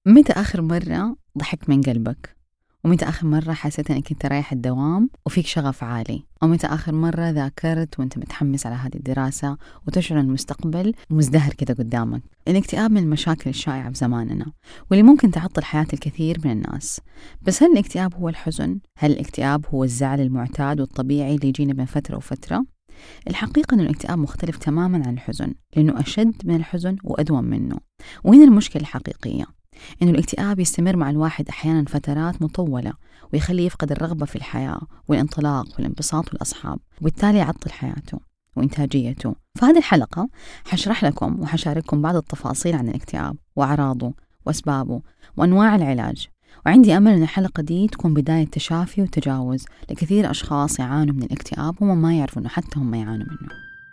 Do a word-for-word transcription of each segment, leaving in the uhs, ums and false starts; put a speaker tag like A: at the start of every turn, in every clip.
A: متى آخر مرة ضحكت من قلبك؟ ومتى آخر مرة حسيت أنك أنت رايح الدوام وفيك شغف عالي؟ ومتى آخر مرة ذاكرت وأنت متحمس على هذه الدراسة وتشعر المستقبل مزدهر كده قدامك؟ الاكتئاب من المشاكل الشائعة في زماننا واللي ممكن تعطل حياة الكثير من الناس. بس هل الاكتئاب هو الحزن؟ هل الاكتئاب هو الزعل المعتاد والطبيعي اللي يجينا بين فترة وفترة؟ الحقيقة أن الاكتئاب مختلف تماماً عن الحزن، لأنه أشد من الحزن وأدوم منه. وهنا المشكلة الحقيقية، إنه الاكتئاب يستمر مع الواحد أحياناً فترات مطولة ويخليه يفقد الرغبة في الحياة والانطلاق والانبساط والأصحاب، وبالتالي يعطل حياته وإنتاجيته. فهذه الحلقة حشرح لكم وحشارككم بعض التفاصيل عن الاكتئاب وأعراضه وأسبابه وأنواع العلاج. وعندي أمل أن الحلقة دي تكون بداية تشافي وتجاوز لكثير أشخاص يعانوا من الاكتئاب هم ما يعرفوا أنه حتى هم يعانوا منه.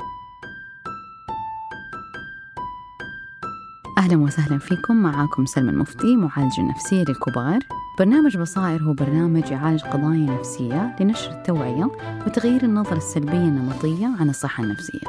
A: أهلا وسهلا فيكم، معاكم سلمى المفتي، معالج النفسية للكبار. برنامج بصائر هو برنامج يعالج قضايا نفسية لنشر التوعية وتغيير النظرة السلبية النمطية عن الصحة النفسية.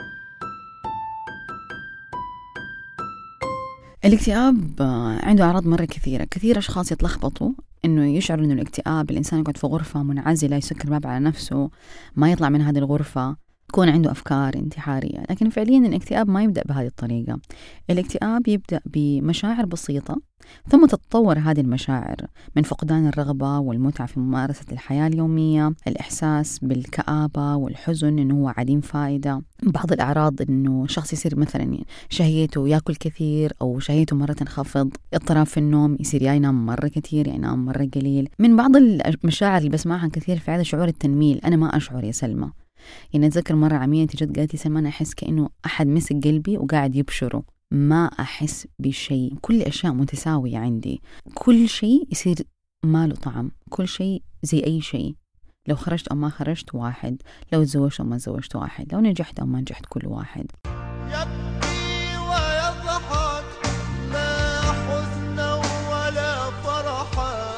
A: الاكتئاب عنده أعراض مرة كثيرة. كثير أشخاص يتلخبطوا إنه يشعروا إنه الاكتئاب الإنسان يقعد في غرفة منعزلة يسكر باب على نفسه ما يطلع من هذه الغرفة، يكون عنده أفكار انتحارية. لكن فعليا الاكتئاب ما يبدأ بهذه الطريقة. الاكتئاب يبدأ بمشاعر بسيطة ثم تتطور هذه المشاعر من فقدان الرغبة والمتعة في ممارسة الحياة اليومية، الإحساس بالكآبة والحزن إنه هو عديم فائدة. بعض الأعراض إنه شخص يصير مثلا شهيته يأكل كثير أو شهيته مرة تنخفض، اضطراب في النوم، يصير يا ينام مرة كثير يا ينام مرة قليل. من بعض المشاعر اللي بسمعها كثير في هذا شعور التنميل. أنا ما أشعر يا سلمى، يعني أتذكر مرة عميتي جت قالت لي سلمى أنا أحس كأنه أحد مسك قلبي وقاعد يبشره، ما أحس بشيء، كل أشياء متساوية عندي، كل شيء يصير ما له طعم، كل شيء زي أي شيء، لو خرجت أو ما خرجت واحد، لو تزوجت أو ما تزوجت واحد، لو نجحت أو ما نجحت كل واحد.
B: يبكي ويضحك لا حزن ولا فرحا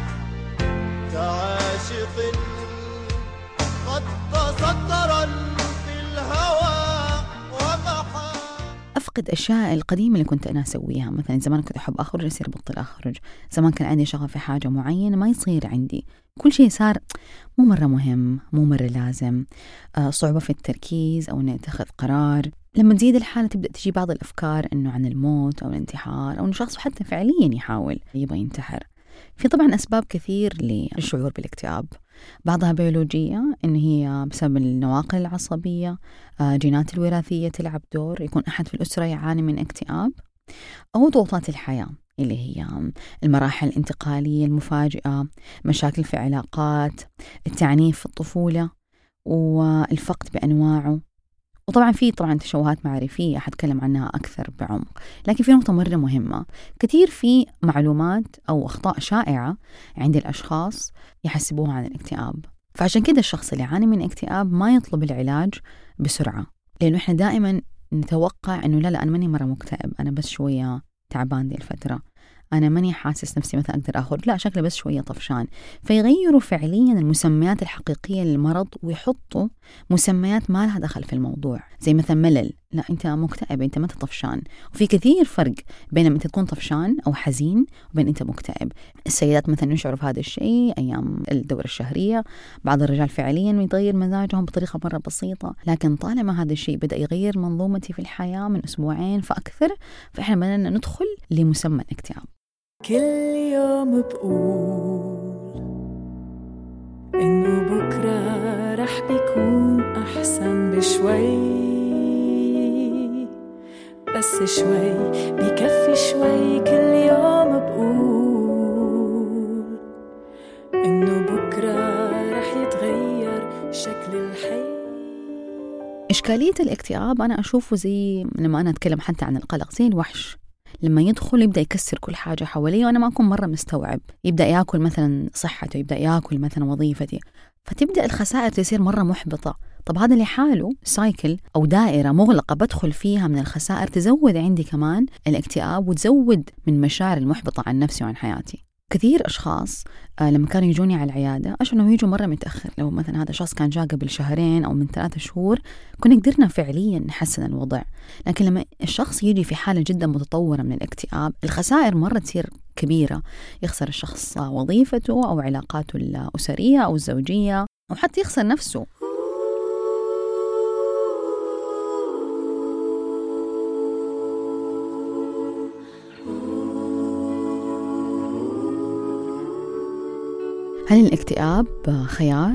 B: كعاشق قد تصدرا في الهوى ومحا.
A: أفقد أشياء القديمة اللي كنت أنا أسويها. مثلا زمان كنت أحب أخرج يصير بطل أخرج، زمان كان عندي شغف في حاجة معينة ما يصير عندي، كل شيء صار مو مرة مهم، مو مرة لازم، آه صعوبة في التركيز أو أن أتخذ قرار. لما تزيد الحالة تبدأ تجي بعض الأفكار أنه عن الموت أو الانتحار أو أنه شخص حتى فعليا يحاول يبغى ينتحر. في طبعا أسباب كثير للشعور بالاكتئاب، بعضها بيولوجية إن هي بسبب النواقل العصبية، جينات الوراثية تلعب دور، يكون أحد في الأسرة يعاني من اكتئاب، أو ضغوطات الحياة اللي هي المراحل الانتقالية المفاجئة، مشاكل في علاقات، التعنيف في الطفولة والفقد بأنواعه. وطبعا في طبعا تشوهات معرفية حتكلم عنها أكثر بعمق. لكن في نقطة مرة مهمة، كثير في معلومات أو أخطاء شائعة عند الأشخاص يحسبوها عن الاكتئاب. فعشان كده الشخص اللي يعاني من اكتئاب ما يطلب العلاج بسرعة، لأنه إحنا دائما نتوقع أنه لا لا أنا ماني مرة مكتئب، أنا بس شوية تعبان دي الفترة، أنا ماني حاسس نفسي مثلا أقدر أخرج، لا شكله بس شوية طفشان. فيغيروا فعليا المسميات الحقيقية للمرض ويحطوا مسميات ما لها دخل في الموضوع، زي مثلا ملل، لا أنت مكتئب، أنت ما طفشان. وفي كثير فرق بين أنت تكون طفشان أو حزين وبين أنت مكتئب. السيدات مثلا يشعروا بهذا الشيء أيام الدورة الشهرية، بعض الرجال فعليا يتغير مزاجهم بطريقة مرة بسيطة. لكن طالما هذا الشيء بدأ يغير منظومتي في الحياة من أسبوعين فأكثر، فإحنا بدنا ندخل لمسمى الاكتئاب.
C: كل يوم بقول إنه بكرة رح بيكون أحسن بشوي، بس شوي بيكفي شوي. كل يوم بقول إنه بكرة رح يتغير شكل الحي.
A: إشكالية الاكتئاب أنا أشوفه زي لما أنا أتكلم حتى عن القلق، زي الوحش لما يدخل يبدأ يكسر كل حاجة حواليه وأنا ما أكون مرة مستوعب، يبدأ يأكل مثلا صحته، يبدأ يأكل مثلا وظيفتي، فتبدأ الخسائر تصير مرة محبطة. طب هذا لحاله سايكل أو دائرة مغلقة بدخل فيها من الخسائر، تزود عندي كمان الاكتئاب وتزود من مشاعر المحبطة عن نفسي وعن حياتي. كثير أشخاص آه لما كانوا يجوني على العيادة أشعر أنهم يجوا مرة متأخر. لو مثلا هذا شخص كان جاء قبل شهرين أو من ثلاثة شهور كنا قدرنا فعليا نحسن الوضع، لكن لما الشخص يجي في حالة جدا متطورة من الاكتئاب الخسائر مرة تصير كبيرة. يخسر الشخص وظيفته أو علاقاته الأسرية أو الزوجية، وحتى يخسر نفسه. هل الاكتئاب خيار؟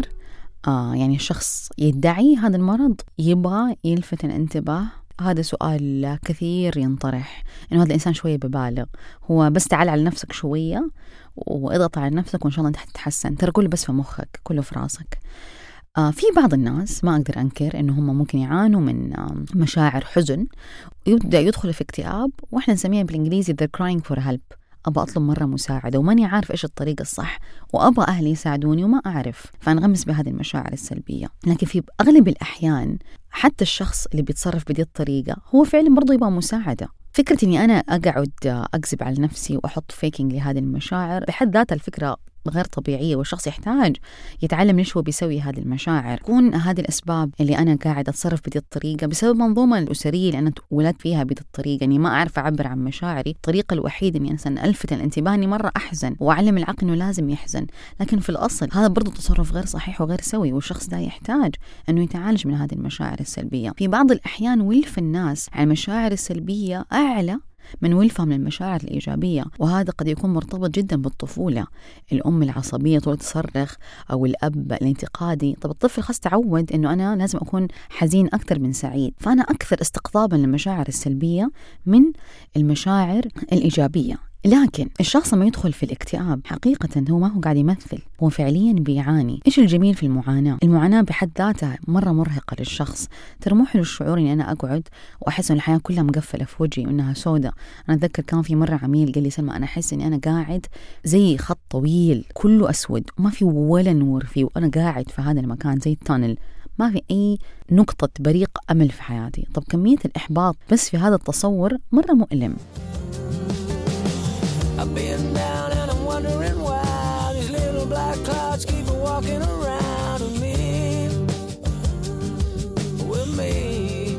A: آه يعني الشخص يدعي هذا المرض يبغى يلفت الانتباه؟ هذا سؤال كثير ينطرح، إنه هذا الإنسان شوية ببالغ، هو بس تعال على نفسك شوية واضغط على نفسك وإن شاء الله أنت حتتحسن، ترى كله بس في مخك، كله في راسك. آه في بعض الناس ما أقدر أنكر إنه هم ممكن يعانوا من آه مشاعر حزن ويبدأ يدخل في اكتئاب، وإحنا نسميها بالإنجليزي they're crying for help. أبى أطلب مرة مساعدة وماني عارف إيش الطريقة الصح، وأبى أهلي يساعدوني وما أعرف، فأنغمس بهذه المشاعر السلبية. لكن في أغلب الأحيان حتى الشخص اللي بيتصرف بدي الطريقة هو فعلا برضو يبغى مساعدة. فكرة أني أنا أقعد أكذب على نفسي وأحط فيكينج لهذه المشاعر بحد ذاتها الفكرة غير طبيعية، والشخص يحتاج يتعلم ليش هو بيسوي هذه المشاعر. تكون هذه الأسباب اللي أنا قاعد أتصرف بدي الطريقة بسبب منظومة الأسرية اللي أنا ولدت فيها بدي الطريقة، أني ما أعرف أعبر عن مشاعري. الطريقة الوحيدة أني أنا ألفت الانتباه أني مرة أحزن وأعلم العقل أنه لازم يحزن، لكن في الأصل هذا برضو تصرف غير صحيح وغير سوي، والشخص ده يحتاج أنه يتعالج من هذه المشاعر السلبية. في بعض الأحيان ولف الناس عن المشاعر السلبية أعلى من ولفها من المشاعر الإيجابية، وهذا قد يكون مرتبط جدا بالطفولة. الأم العصبية طول تصرخ أو الأب الانتقادي، طب الطفل خلاص تعود أنه أنا لازم أكون حزين أكثر من سعيد، فأنا أكثر استقطابا للمشاعر السلبية من المشاعر الإيجابية. لكن الشخص لما يدخل في الاكتئاب حقيقة هو ما هو قاعد يمثل، هو فعليا بيعاني. إيش الجميل في المعاناة؟ المعاناة بحد ذاتها مرة مرهقة للشخص. ترى مو حلو الشعور إني أنا أقعد وأحس إن الحياة كلها مقفلة في وجهي وإنها سودة. أنا أتذكر كان في مرة عميل قال لي سلمى أنا أحس إني أنا قاعد زي خط طويل كله أسود وما في ولا نور فيه، وأنا قاعد في هذا المكان زي التانل، ما في أي نقطة بريق أمل في حياتي. طب كمية الإحباط بس في هذا التصور مرة مؤلم.
D: I've been down and I'm wondering why these little black clouds keep walking around with me, with me.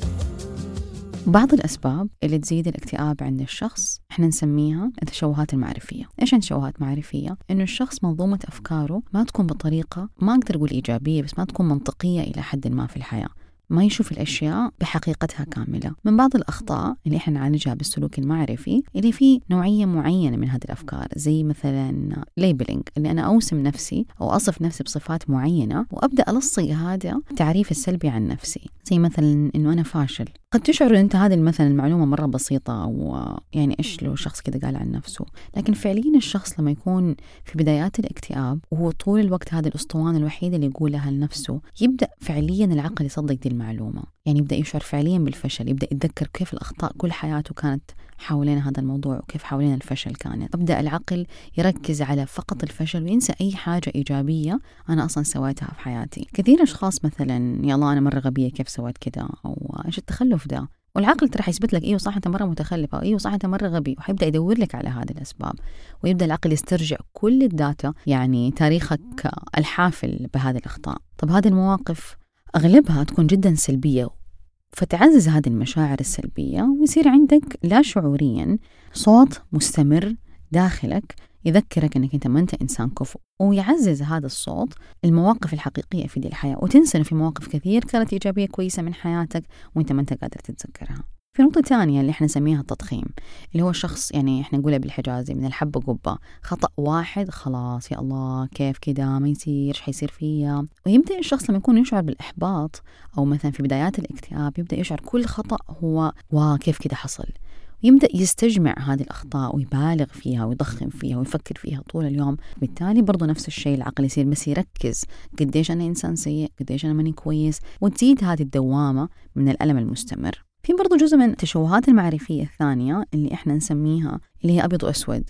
A: بعض الأسباب اللي تزيد الاكتئاب عند الشخص احنا نسميها التشوهات المعرفية. ايش التشوهات المعرفية؟ انه الشخص منظومة أفكاره ما تكون بطريقة، ما أقدر أقول إيجابية، بس ما تكون منطقية إلى حد ما في الحياة، ما يشوف الأشياء بحقيقتها كاملة. من بعض الأخطاء اللي إحنا نعالجها بالسلوك المعرفي اللي فيه نوعية معينة من هذه الأفكار، زي مثلا labeling، اللي أنا أوسم نفسي أو أصف نفسي بصفات معينة وأبدأ ألصق هذا التعريف السلبي عن نفسي، زي مثلا إنه أنا فاشل. قد تشعر أن أنت هذه مثلا المعلومة مرة بسيطة أو يعني إيش لو شخص كده قال عن نفسه، لكن فعليا الشخص لما يكون في بدايات الاكتئاب وهو طول الوقت هذه الأسطوانة الوحيدة اللي يقولها لنفسه، يبدأ فعليا العقل يصدق دي المعلومة، يعني يبدأ يشعر فعليا بالفشل، يبدأ يتذكر كيف الأخطاء كل حياته كانت حوالين هذا الموضوع وكيف حوالين الفشل كانت. أبدأ العقل يركز على فقط الفشل وينسى أي حاجة إيجابية أنا أصلا سويتها في حياتي. كثير أشخاص مثلا يا الله أنا مرة غبية كيف سويت كده، أو إيش التخلف ده، والعقل ترى يثبت لك ايوه صح انت مره متخلفه، او ايوه صح انت مره غبي، وحيبدا يدور لك على هذه الاسباب، ويبدا العقل يسترجع كل الداتا، يعني تاريخك الحافل بهذه الاخطاء. طب هذه المواقف اغلبها تكون جدا سلبيه، فتعزز هذه المشاعر السلبيه ويصير عندك لا شعوريا صوت مستمر داخلك يذكرك أنك أنت ما أنت إنسان كفؤ، ويعزز هذا الصوت المواقف الحقيقية في دي الحياة، وتنسى أنه في مواقف كثير كانت إيجابية كويسة من حياتك وأنت ما أنت قادر تتذكرها. في نقطة تانية اللي احنا نسميها التضخيم، اللي هو شخص يعني احنا نقولها بالحجازي من الحبة قبة، خطأ واحد خلاص يا الله كيف كده ما يصير، ايش حيصير فيا. ويبدأ الشخص لما يكون يشعر بالإحباط أو مثلا في بدايات الاكتئاب يبدأ يشعر كل خطأ هو وا كيف كده حصل، يبدأ يستجمع هذه الأخطاء ويبالغ فيها ويضخم فيها ويفكر فيها طول اليوم. بالتالي برضو نفس الشيء العقل يصير بس يركز قديش أنا إنسان سيء، قديش أنا ماني كويس، وتزيد هذه الدوامة من الألم المستمر. في برضو جزء من التشوهات المعرفية الثانية اللي إحنا نسميها اللي هي أبيض وأسود.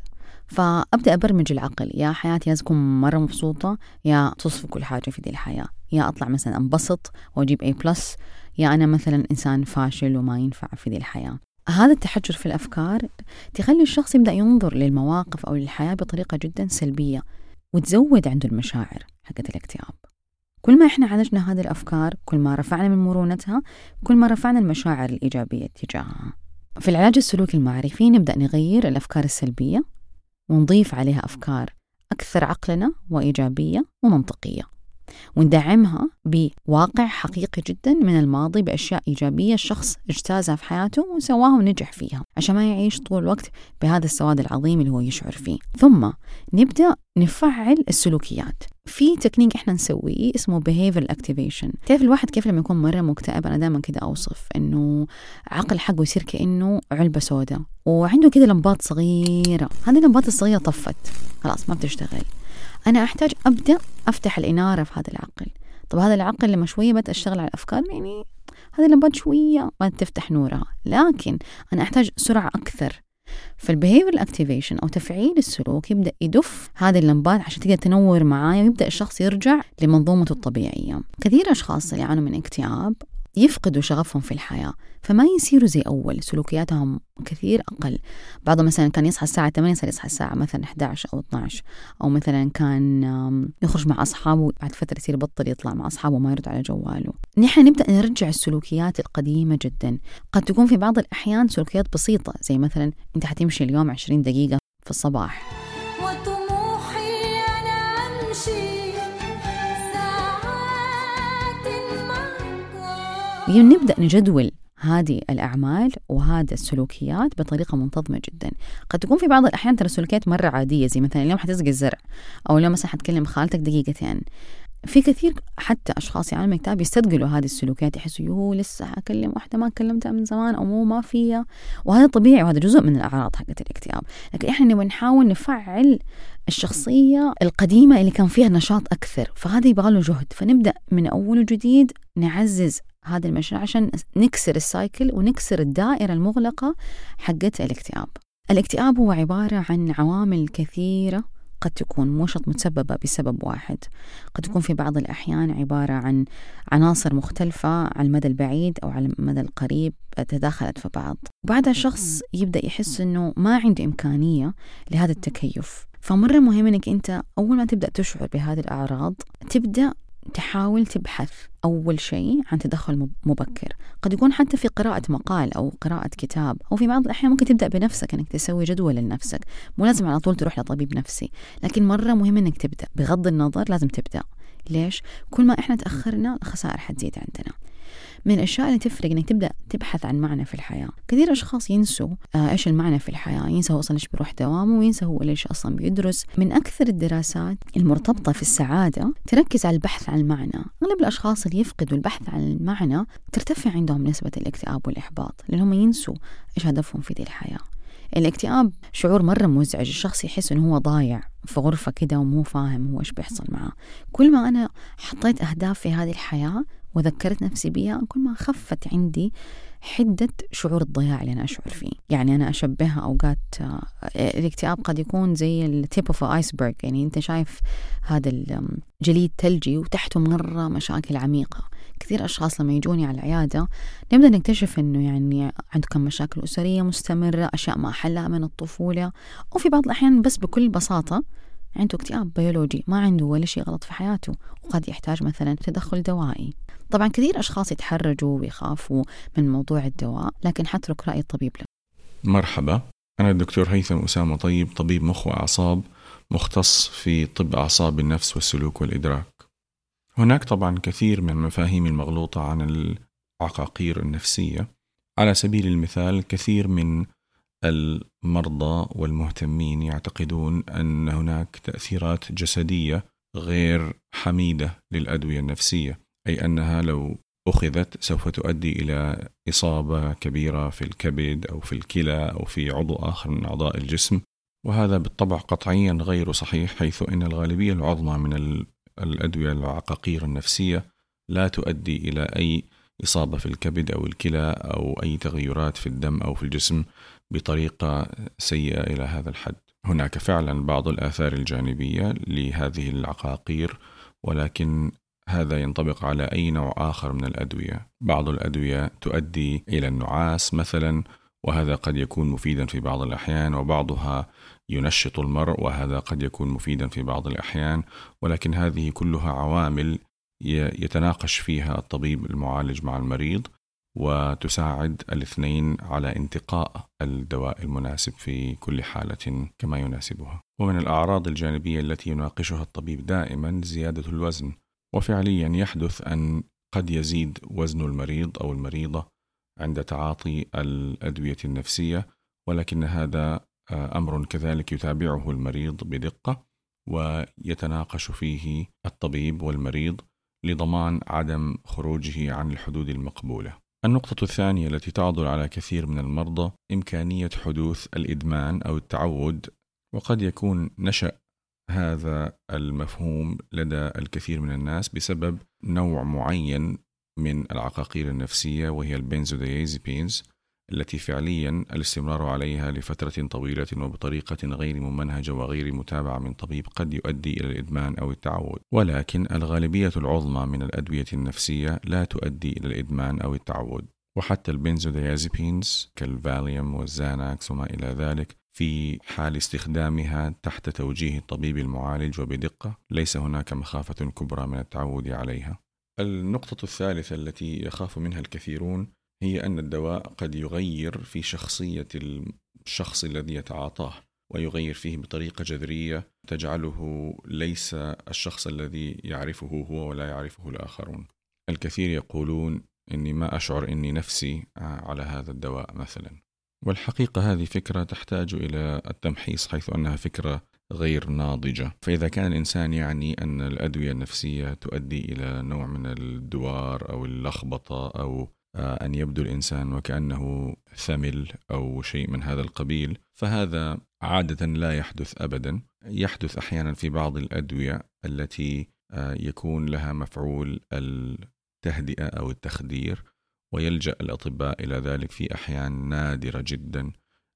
A: فأبدأ أبرمج العقل، يا حياتي لازم أكون مرة مبسوطة، يا تصفي كل حاجة في دي الحياة، يا أطلع مثلا أنبسط وأجيب A بلس، يا أنا مثلا إنسان فاشل وما ينفع في دي الحياة. هذا التحجر في الأفكار تخلي الشخص يبدأ ينظر للمواقف أو للحياة بطريقة جدا سلبية، وتزود عنده المشاعر حقت الاكتئاب. كل ما إحنا عالجنا هذه الأفكار، كل ما رفعنا من مرونتها، كل ما رفعنا المشاعر الإيجابية تجاهها. في العلاج السلوكي المعرفي نبدأ نغير الأفكار السلبية ونضيف عليها أفكار أكثر عقلنا وإيجابية ومنطقية، وندعمها بواقع حقيقي جدا من الماضي بأشياء إيجابية الشخص اجتازها في حياته وسواها ونجح فيها، عشان ما يعيش طول الوقت بهذا السواد العظيم اللي هو يشعر فيه. ثم نبدأ نفعل السلوكيات. في تكنيك إحنا نسويه اسمه behavioral activation. كيف الواحد كيف لما يكون مرة مكتئب، أنا دائما كده أوصف إنه عقل حقه يصير كأنه علبة سوداء وعنده كده لمبات صغيرة، هذه اللمبات الصغيرة طفت خلاص ما بتشتغل. أنا أحتاج أبدأ أفتح الإنارة في هذا العقل. طب هذا العقل لما شوية بدأ أشتغل على الأفكار، يعني هذه اللمبات شوية ما تفتح نورها، لكن أنا أحتاج سرعة أكثر. فالbehavioral activation أو تفعيل السلوك يبدأ يدف هذه اللمبات عشان تقدر تنور معايا، ويبدأ الشخص يرجع لمنظومته الطبيعية. كثير أشخاص اللي يعانوا من اكتئاب يفقدوا شغفهم في الحياة، فما يصيروا زي أول، سلوكياتهم كثير أقل. بعضهم مثلا كان يصحى الساعة ثمانية صار يصحى الساعة مثلا إحدى عشر أو اثني عشر، أو مثلا كان يخرج مع أصحابه بعد فترة يصير بطل يطلع مع أصحابه وما يرد على جواله. نحن نبدأ نرجع السلوكيات القديمة جدا. قد تكون في بعض الأحيان سلوكيات بسيطة، زي مثلا أنت حتمشي اليوم عشرين دقيقة في الصباح،
C: وطموحي أنا أمشي ساعات معك.
A: نبدأ نجدول هذه الأعمال وهذا السلوكيات بطريقة منتظمة جدا. قد تكون في بعض الأحيان ترى السلوكيات مرة عادية، زي مثلا اليوم حتسقي الزرع، أو اليوم مثلا حتكلم خالتك دقيقتين. في كثير حتى أشخاص يعانوا من اكتئاب يستثقلوا هذه السلوكيات، يحسوا يوه لسه أكلم واحدة ما كلمتها من زمان، أو مو ما فيها، وهذا طبيعي وهذا جزء من الأعراض حقت الاكتئاب. لكن إحنا نبغى نحاول نفعل الشخصية القديمة اللي كان فيها نشاط أكثر، فهذا يبغى له جهد. فنبدأ من أول وجديد نعزز هذا المشروع عشان نكسر السايكل ونكسر الدائرة المغلقة حقت الاكتئاب. الاكتئاب هو عبارة عن عوامل كثيرة قد تكون موشط متسببة بسبب واحد، قد تكون في بعض الأحيان عبارة عن عناصر مختلفة على المدى البعيد أو على المدى القريب تداخلت في بعض، وبعدها الشخص يبدأ يحس أنه ما عنده إمكانية لهذا التكيف. فمرة مهم أنك أنت أول ما تبدأ تشعر بهذه الأعراض تبدأ تحاول تبحث أول شيء عن تدخل مبكر. قد يكون حتى في قراءة مقال أو قراءة كتاب، أو في بعض الأحيان ممكن تبدأ بنفسك أنك تسوي جدول لنفسك، مو لازم على طول تروح لطبيب نفسي، لكن مرة مهم أنك تبدأ. بغض النظر لازم تبدأ. ليش؟ كل ما إحنا تأخرنا الخسائر حتزيد عندنا. من الأشياء اللي تفرق إنك تبدأ تبحث عن معنى في الحياة. كثير أشخاص ينسوا آه إيش المعنى في الحياة، ينسى هو أصلا إيش بيروح دوامه، وينسى هو ليش أصلا بيدرس. من أكثر الدراسات المرتبطة في السعادة تركز على البحث عن المعنى. أغلب الأشخاص اللي يفقدوا البحث عن المعنى ترتفع عندهم نسبة الاكتئاب والإحباط، لأنهم ينسوا إيش هدفهم في دي الحياة. الاكتئاب شعور مرة مزعج، الشخص يحس إنه هو ضايع في غرفة كده ومو فاهم هو إيش بيحصل معه. كل ما أنا حطيت أهداف في هذه الحياة وذكرت نفسي بيها، كل ما خفت عندي حدة شعور الضياع اللي أنا أشعر فيه. يعني أنا أشبهها أوقات الاكتئاب قد يكون زي التيب اوف ايسبرغ، يعني أنت شايف هذا الجليد ثلجي وتحته مرة مشاكل عميقة. كثير أشخاص لما يجوني على العيادة نبدأ نكتشف إنه يعني عندكم مشاكل أسرية مستمرة، أشياء ما حلها من الطفولة، وفي بعض الأحيان بس بكل بساطة عنده اكتئاب بيولوجي، ما عنده ولا شيء غلط في حياته، وقد يحتاج مثلا تدخل دوائي. طبعا كثير أشخاص يتحرجوا ويخافوا من موضوع الدواء، لكن حترك رأي الطبيب له.
E: مرحبا، أنا الدكتور هيثم أسامة طيب، طبيب مخ وأعصاب مختص في طب أعصاب النفس والسلوك والإدراك. هناك طبعا كثير من المفاهيم المغلوطة عن العقاقير النفسية. على سبيل المثال كثير من المرضى والمهتمين يعتقدون أن هناك تأثيرات جسدية غير حميدة للأدوية النفسية، أي أنها لو أخذت سوف تؤدي إلى إصابة كبيرة في الكبد أو في الكلى أو في عضو آخر من أعضاء الجسم، وهذا بالطبع قطعيا غير صحيح، حيث أن الغالبية العظمى من الأدوية العقاقير النفسية لا تؤدي إلى أي إصابة في الكبد أو الكلى أو أي تغيرات في الدم أو في الجسم بطريقة سيئة إلى هذا الحد. هناك فعلا بعض الآثار الجانبية لهذه العقاقير، ولكن هذا ينطبق على أي نوع آخر من الأدوية. بعض الأدوية تؤدي إلى النعاس مثلا، وهذا قد يكون مفيدا في بعض الأحيان، وبعضها ينشط المرء وهذا قد يكون مفيدا في بعض الأحيان، ولكن هذه كلها عوامل يتناقش فيها الطبيب المعالج مع المريض، وتساعد الاثنين على انتقاء الدواء المناسب في كل حالة كما يناسبها. ومن الأعراض الجانبية التي يناقشها الطبيب دائما زيادة الوزن، وفعليا يحدث أن قد يزيد وزن المريض أو المريضة عند تعاطي الأدوية النفسية، ولكن هذا أمر كذلك يتابعه المريض بدقة ويتناقش فيه الطبيب والمريض لضمان عدم خروجه عن الحدود المقبولة. النقطة الثانية التي تعضل على كثير من المرضى إمكانية حدوث الإدمان أو التعود، وقد يكون نشأ هذا المفهوم لدى الكثير من الناس بسبب نوع معين من العقاقير النفسية وهي البنزوديازيبينز، التي فعليا الاستمرار عليها لفترة طويلة وبطريقة غير ممنهجة وغير متابعة من طبيب قد يؤدي إلى الإدمان أو التعود. ولكن الغالبية العظمى من الأدوية النفسية لا تؤدي إلى الإدمان أو التعود، وحتى البنزوديازيبينز كالفاليوم والزاناكس وما إلى ذلك في حال استخدامها تحت توجيه الطبيب المعالج وبدقة ليس هناك مخافة كبرى من التعود عليها. النقطة الثالثة التي يخاف منها الكثيرون هي أن الدواء قد يغير في شخصية الشخص الذي يتعاطاه، ويغير فيه بطريقة جذرية تجعله ليس الشخص الذي يعرفه هو ولا يعرفه الآخرون. الكثير يقولون إني ما أشعر إني نفسي على هذا الدواء مثلا، والحقيقة هذه فكرة تحتاج إلى التمحيص حيث أنها فكرة غير ناضجة. فإذا كان الإنسان يعني أن الأدوية النفسية تؤدي إلى نوع من الدوار أو اللخبطة أو أن يبدو الإنسان وكأنه ثمل أو شيء من هذا القبيل، فهذا عادة لا يحدث أبدا. يحدث أحيانا في بعض الأدوية التي يكون لها مفعول التهدئة أو التخدير، ويلجأ الأطباء إلى ذلك في أحيان نادرة جدا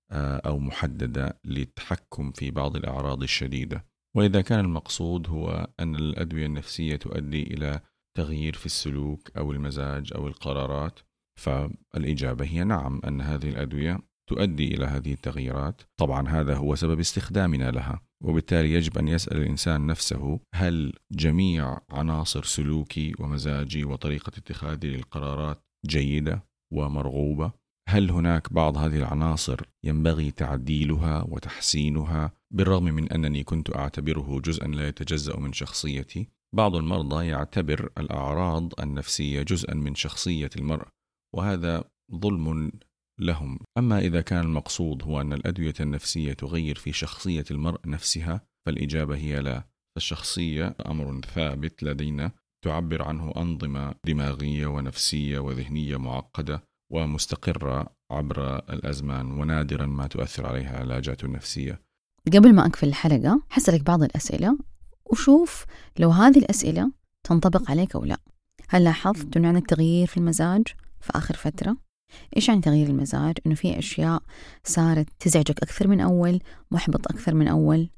E: أو محددة للتحكم في بعض الأعراض الشديدة. وإذا كان المقصود هو أن الأدوية النفسية تؤدي إلى تغيير في السلوك أو المزاج أو القرارات، فالإجابة هي نعم، أن هذه الأدوية تؤدي إلى هذه التغييرات. طبعا هذا هو سبب استخدامنا لها، وبالتالي يجب أن يسأل الإنسان نفسه: هل جميع عناصر سلوكي ومزاجي وطريقة اتخاذي للقرارات جيدة ومرغوبة؟ هل هناك بعض هذه العناصر ينبغي تعديلها وتحسينها بالرغم من أنني كنت أعتبره جزءا لا يتجزأ من شخصيتي؟ بعض المرضى يعتبر الأعراض النفسية جزءا من شخصية المرء، وهذا ظلم لهم. أما إذا كان المقصود هو أن الأدوية النفسية تغير في شخصية المرء نفسها، فالإجابة هي لا. الشخصية أمر ثابت لدينا تعبر عنه أنظمة دماغية ونفسية وذهنية معقدة ومستقرة عبر الأزمان، ونادرا ما تؤثر عليها العلاجات النفسية.
A: قبل ما أقفل الحلقة حسألك بعض الأسئلة وشوف لو هذه الأسئلة تنطبق عليك أو لا. هل لاحظت أنه عندك تغيير في المزاج في آخر فترة؟ إيش عن تغيير المزاج؟ أنه في أشياء صارت تزعجك أكثر من أول، محبط أكثر من أول.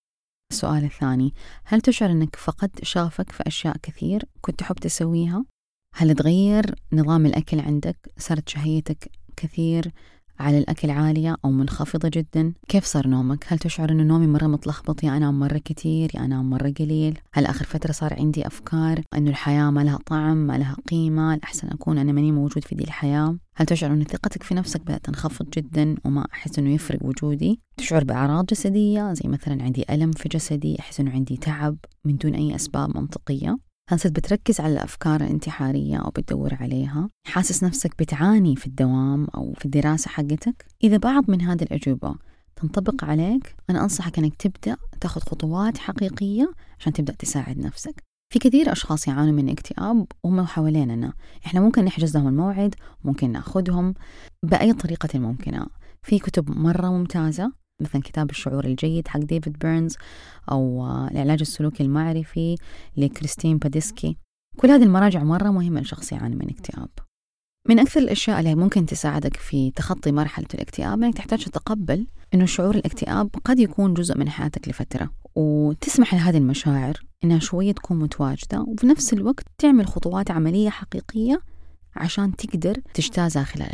A: السؤال الثاني: هل تشعر أنك فقدت شغفك في أشياء كثير كنت تحب تسويها؟ هل تغير نظام الأكل عندك؟ صارت شهيتك كثير على الأكل عالية أو منخفضة جدا؟ كيف صار نومك؟ هل تشعر أن نومي مرة متلخبط، يا أنام مرة كتير يا أنام مرة قليل؟ هل آخر فترة صار عندي أفكار أنه الحياة ما لها طعم، ما لها قيمة، الأحسن أكون أنا ماني موجود في دي الحياة؟ هل تشعر أن ثقتك في نفسك بدأت تنخفض جدا وما أحس أنه يفرق وجودي؟ تشعر بأعراض جسدية زي مثلا عندي ألم في جسدي، أحس أنه عندي تعب من دون أي أسباب منطقية؟ هل صرت بتركز على الأفكار الانتحارية أو بتدور عليها؟ حاسس نفسك بتعاني في الدوام أو في الدراسة حقتك؟ إذا بعض من هذه الأجوبة تنطبق عليك، أنا أنصحك أنك تبدأ تاخذ خطوات حقيقية عشان تبدأ تساعد نفسك. في كثير أشخاص يعانوا من اكتئاب وهم حواليننا، إحنا ممكن نحجز لهم الموعد، ممكن نأخذهم بأي طريقة ممكنة. في كتب مرة ممتازة مثلا كتاب الشعور الجيد حق ديفيد بيرنز، أو العلاج السلوكي المعرفي لكريستين باديسكي. كل هذه المراجع مرة مهمة لشخص يعاني من اكتئاب. من أكثر الأشياء اللي ممكن تساعدك في تخطي مرحلة الاكتئاب أنك تحتاج تتقبل أنه شعور الاكتئاب قد يكون جزء من حياتك لفترة، وتسمح لهذه المشاعر أنها شوية تكون متواجدة، وفي نفس الوقت تعمل خطوات عملية حقيقية عشان تقدر تجتازها خلال اليوم.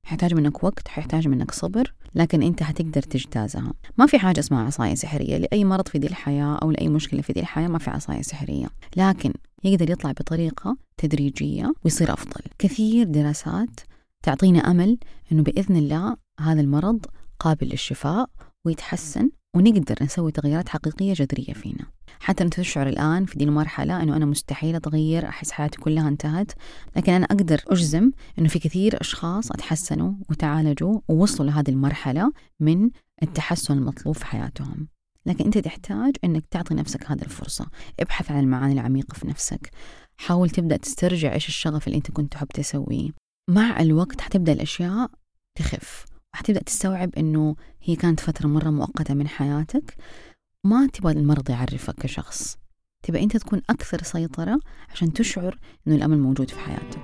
A: حيحتاج منك وقت، حيحتاج منك صبر، لكن أنت هتقدر تجتازها. ما في حاجة اسمها عصاية سحرية لأي مرض في دي الحياة أو لأي مشكلة في دي الحياة، ما في عصاية سحرية، لكن يقدر يطلع بطريقة تدريجية ويصير أفضل. كثير دراسات تعطينا أمل أنه بإذن الله هذا المرض قابل للشفاء ويتحسن، ونقدر نسوي تغييرات حقيقية جذرية فينا. حتى أنت تشعر الآن في دي المرحلة أنه أنا مستحيل أتغير، أحس حياتي كلها انتهت، لكن أنا أقدر أجزم أنه في كثير أشخاص أتحسنوا وتعالجوا ووصلوا لهذه المرحلة من التحسن المطلوب في حياتهم. لكن أنت تحتاج أنك تعطي نفسك هذه الفرصة. ابحث عن المعاني العميقة في نفسك، حاول تبدأ تسترجع إيش الشغف اللي أنت كنت تحب تسويه. مع الوقت حتبدأ الأشياء تخف، وحتبدأ تستوعب أنه هي كانت فترة مرة مؤقتة من حياتك. ما تبغى المرض يعرفك كشخص، تبغى أنت تكون أكثر سيطرة عشان تشعر أنه الأمل موجود في حياتك.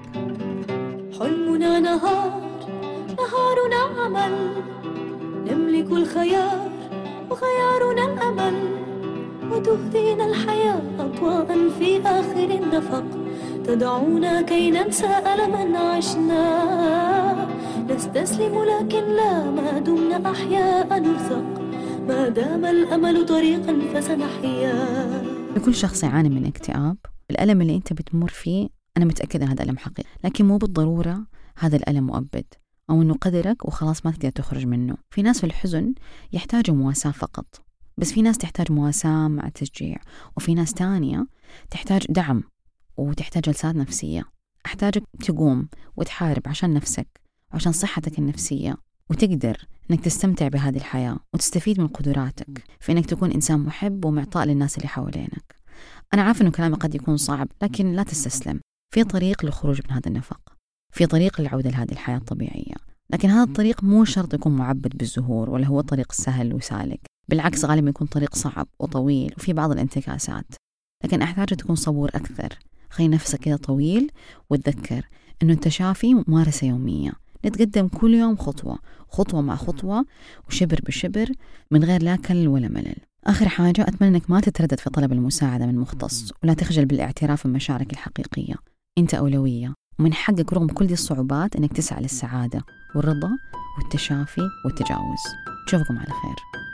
C: حلمنا نهار، نهارنا عمل، نملك الخيار وخيارنا الأمل، وتهدينا الحياة أضواء في آخر النفق، تدعونا كي ننسى ألما عشنا، نستسلم لكن لا، ما دمنا أحياء نرزق، ما دام الأمل طريقا فسنحيا.
A: لكل شخص يعاني من اكتئاب، الألم اللي أنت بتمر فيه أنا متأكدة هذا ألم حقيقي، لكن مو بالضرورة هذا الألم مؤبد أو أنه قدرك وخلاص ما تقدر تخرج منه. في ناس في الحزن يحتاجوا مواساة فقط، بس في ناس تحتاج مواساة مع تشجيع، وفي ناس تانية تحتاج دعم وتحتاج جلسات نفسية. أحتاجك تقوم وتحارب عشان نفسك وعشان صحتك النفسية، وتقدر أنك تستمتع بهذه الحياة وتستفيد من قدراتك في أنك تكون إنسان محب ومعطاء للناس اللي حوالينك. أنا عارفة أنه كلامي قد يكون صعب، لكن لا تستسلم. في طريق للخروج من هذا النفق، في طريق للعودة لهذه الحياة الطبيعية، لكن هذا الطريق مو شرط يكون معبد بالزهور ولا هو طريق سهل وسالك. بالعكس، غالبا يكون طريق صعب وطويل وفي بعض الانتكاسات، لكن أحتاج تكون صبور أكثر. خلي نفسك كذا طويل، وتذكر أنه التشافي ممارسة يومية، نتقدم كل يوم خطوة خطوة مع خطوة وشبر بشبر من غير لا كل ولا ملل. آخر حاجة، أتمنى أنك ما تتردد في طلب المساعدة من مختص، ولا تخجل بالاعتراف بمشاعرك الحقيقية. أنت أولوية، ومن حقك رغم كل دي الصعوبات أنك تسعى للسعادة والرضا والتشافي والتجاوز. أشوفكم على خير.